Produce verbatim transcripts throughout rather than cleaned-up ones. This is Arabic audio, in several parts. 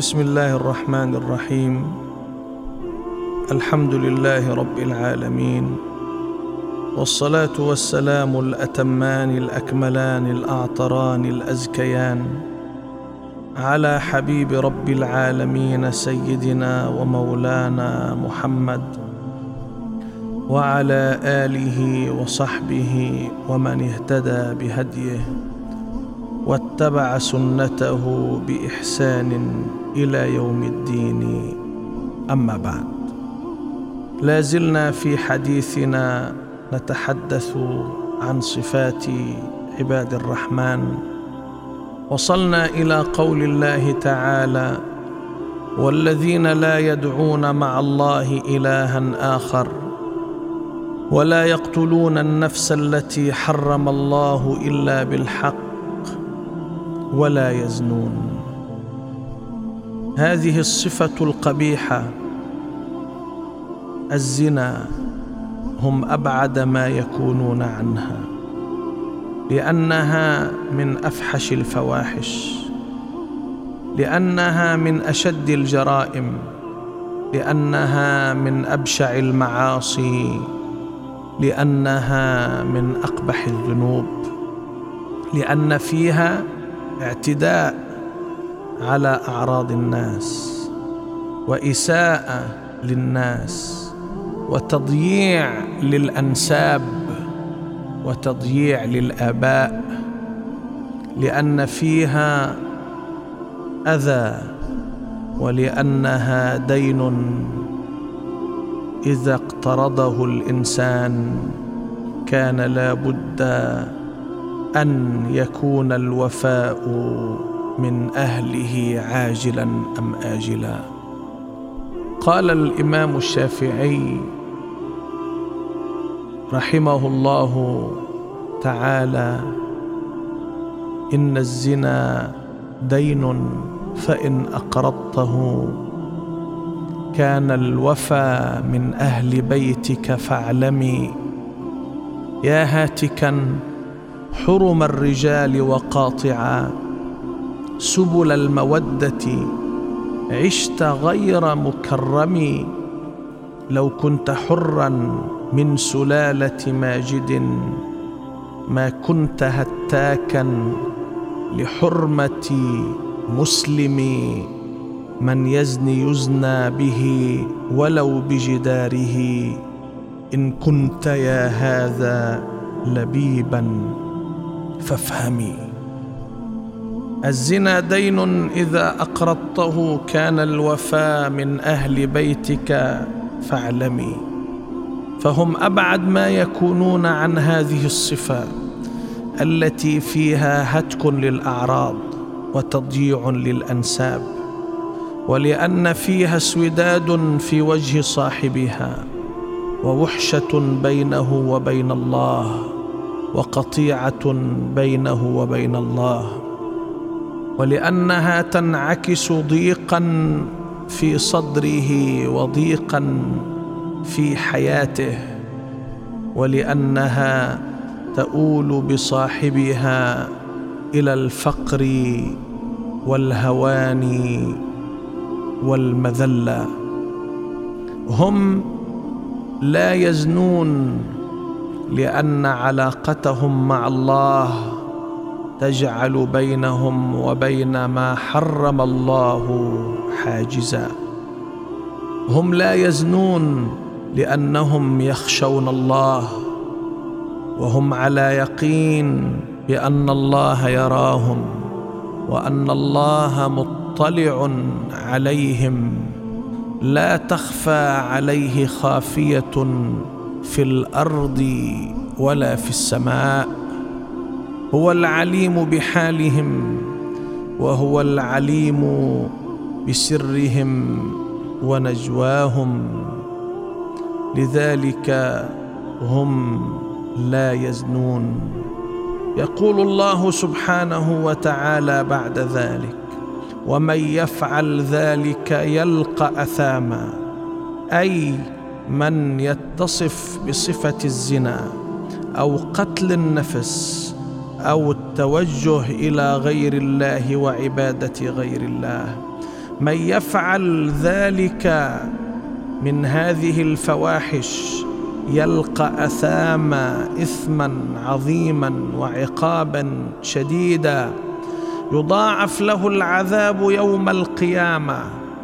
بسم الله الرحمن الرحيم. الحمد لله رب العالمين، والصلاة والسلام الأتمان الأكملان الأعطران الأزكيان على حبيب رب العالمين سيدنا ومولانا محمد وعلى آله وصحبه ومن اهتدى بهديه واتبع سنته بإحسان إلى يوم الدين. أما بعد، لا زلنا في حديثنا نتحدث عن صفات عباد الرحمن. وصلنا إلى قول الله تعالى: والذين لا يدعون مع الله إلها آخر ولا يقتلون النفس التي حرم الله إلا بالحق ولا يزنون. هذه الصفة القبيحة الزنا هم أبعد ما يكونون عنها، لأنها من أفحش الفواحش، لأنها من أشد الجرائم، لأنها من أبشع المعاصي، لأنها من أقبح الذنوب، لأن فيها اعتداء على أعراض الناس وإساءة للناس وتضييع للأنساب وتضييع للآباء، لأن فيها أذى، ولأنها دين إذا اقترضه الإنسان كان لا بد أن يكون الوفاء من أهله عاجلا أم آجلا. قال الإمام الشافعي رحمه الله تعالى: إن الزنا دين فإن أقرضته كان الوفى من أهل بيتك فاعلمي، يا هاتكا حرم الرجال وقاطعا سبل المودة عشت غير مكرم، لو كنت حرا من سلالة ماجد ما كنت هتاكا لحرمة مسلم، من يزني يزنى به ولو بجداره، إن كنت يا هذا لبيبا فافهمي. الزنا دين إذا أقرضته كان الوفاء من أهل بيتك فاعلمي. فهم أبعد ما يكونون عن هذه الصفة التي فيها هتك للأعراض وتضييع للأنساب، ولأن فيها اسوداد في وجه صاحبها ووحشة بينه وبين الله وقطيعة بينه وبين الله، ولأنها تنعكس ضيقا في صدره وضيقا في حياته، ولأنها تؤول بصاحبها إلى الفقر والهوان والمذلة. هم لا يزنون لأن علاقتهم مع الله تجعل بينهم وبين ما حرم الله حاجزا. هم لا يزنون لأنهم يخشون الله، وهم على يقين بأن الله يراهم وأن الله مطلع عليهم، لا تخفى عليه خافية في الأرض ولا في السماء. هو العليم بحالهم وهو العليم بسرهم ونجواهم، لذلك هم لا يزنون. يقول الله سبحانه وتعالى بعد ذلك: ومن يفعل ذلك يلقى أثاما، أي من يتصف بصفة الزنا أو قتل النفس أو التوجه إلى غير الله وعبادة غير الله من يفعل ذلك من هذه الفواحش يلقى أثاما إثما عظيما وعقابا شديدا، يضاعف له العذاب يوم القيامة.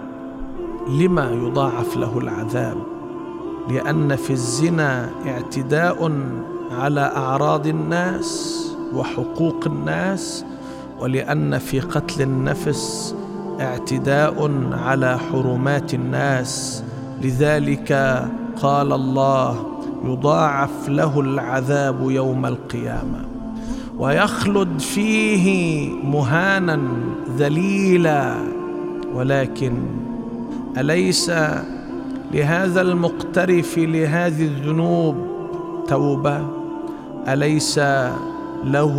لما يضاعف له العذاب؟ لأن في الزنا اعتداء على أعراض الناس وحقوق الناس، ولأن في قتل النفس اعتداء على حرمات الناس. لذلك قال الله: يضاعف له العذاب يوم القيامة ويخلد فيه مهانا ذليلا. ولكن أليس لهذا المقترف لهذه الذنوب توبة؟ أليس له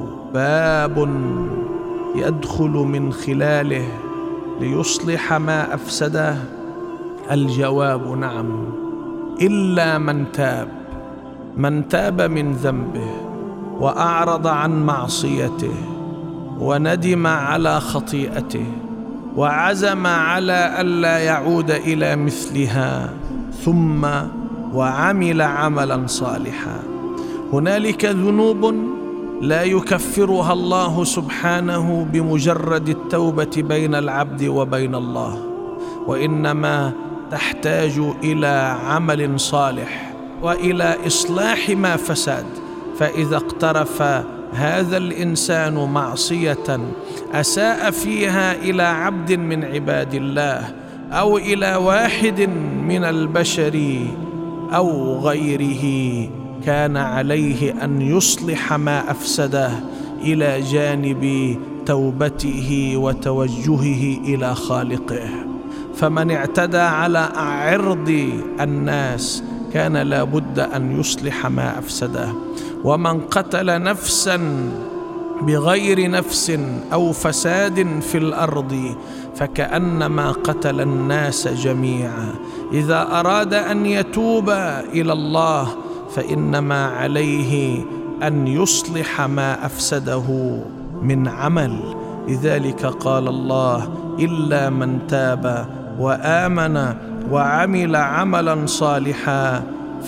باب يدخل من خلاله ليصلح ما أفسده؟ الجواب نعم، إلا من تاب، من تاب من ذنبه وأعرض عن معصيته وندم على خطيئته وعزم على ألا يعود إلى مثلها، ثم وعمل عملا صالحا. هنالك ذنوب لا يكفرها الله سبحانه بمجرد التوبة بين العبد وبين الله، وإنما تحتاج إلى عمل صالح وإلى إصلاح ما فسد. فإذا اقترف هذا الإنسان معصية أساء فيها إلى عبد من عباد الله أو إلى واحد من البشر أو غيره، كان عليه أن يصلح ما أفسده إلى جانب توبته وتوجهه إلى خالقه. فمن اعتدى على عرض الناس كان لا بد أن يصلح ما أفسده. ومن قتل نفسا بغير نفس أو فساد في الأرض فكأنما قتل الناس جميعا. إذا أراد أن يتوب إلى الله فإنما عليه أن يصلح ما أفسده من عمل. لذلك قال الله: إلا من تاب وآمن وعمل عملا صالحا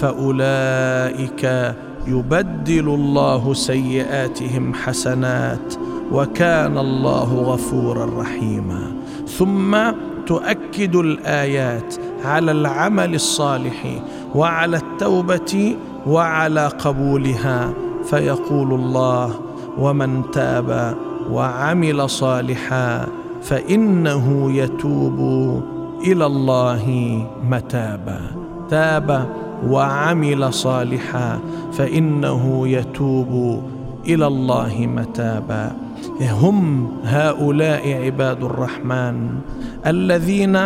فأولئك يبدل الله سيئاتهم حسنات وكان الله غفورا رحيما. ثم تؤكد الآيات على العمل الصالح وعلى التوبة وعلى قبولها، فيقول الله: ومن تاب وعمل صالحا فإنه يتوب إلى الله متابا. تاب وعمل صالحا فإنه يتوب إلى الله متابا. هم هؤلاء عباد الرحمن الذين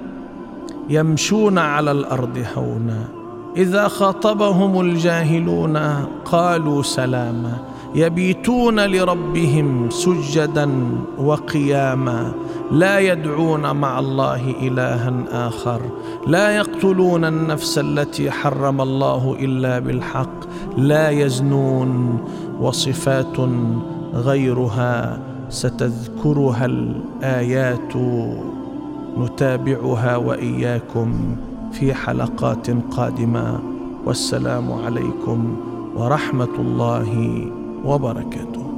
يمشون على الأرض هونا، إذا خاطبهم الجاهلون قالوا سلاما، يبيتون لربهم سجدا وقياما، لا يدعون مع الله إلها آخر، لا يقتلون النفس التي حرم الله إلا بالحق، لا يزنون، وصفات غيرها ستذكرها الآيات نتابعها وإياكم في حلقات قادمة. والسلام عليكم ورحمة الله وبركاته.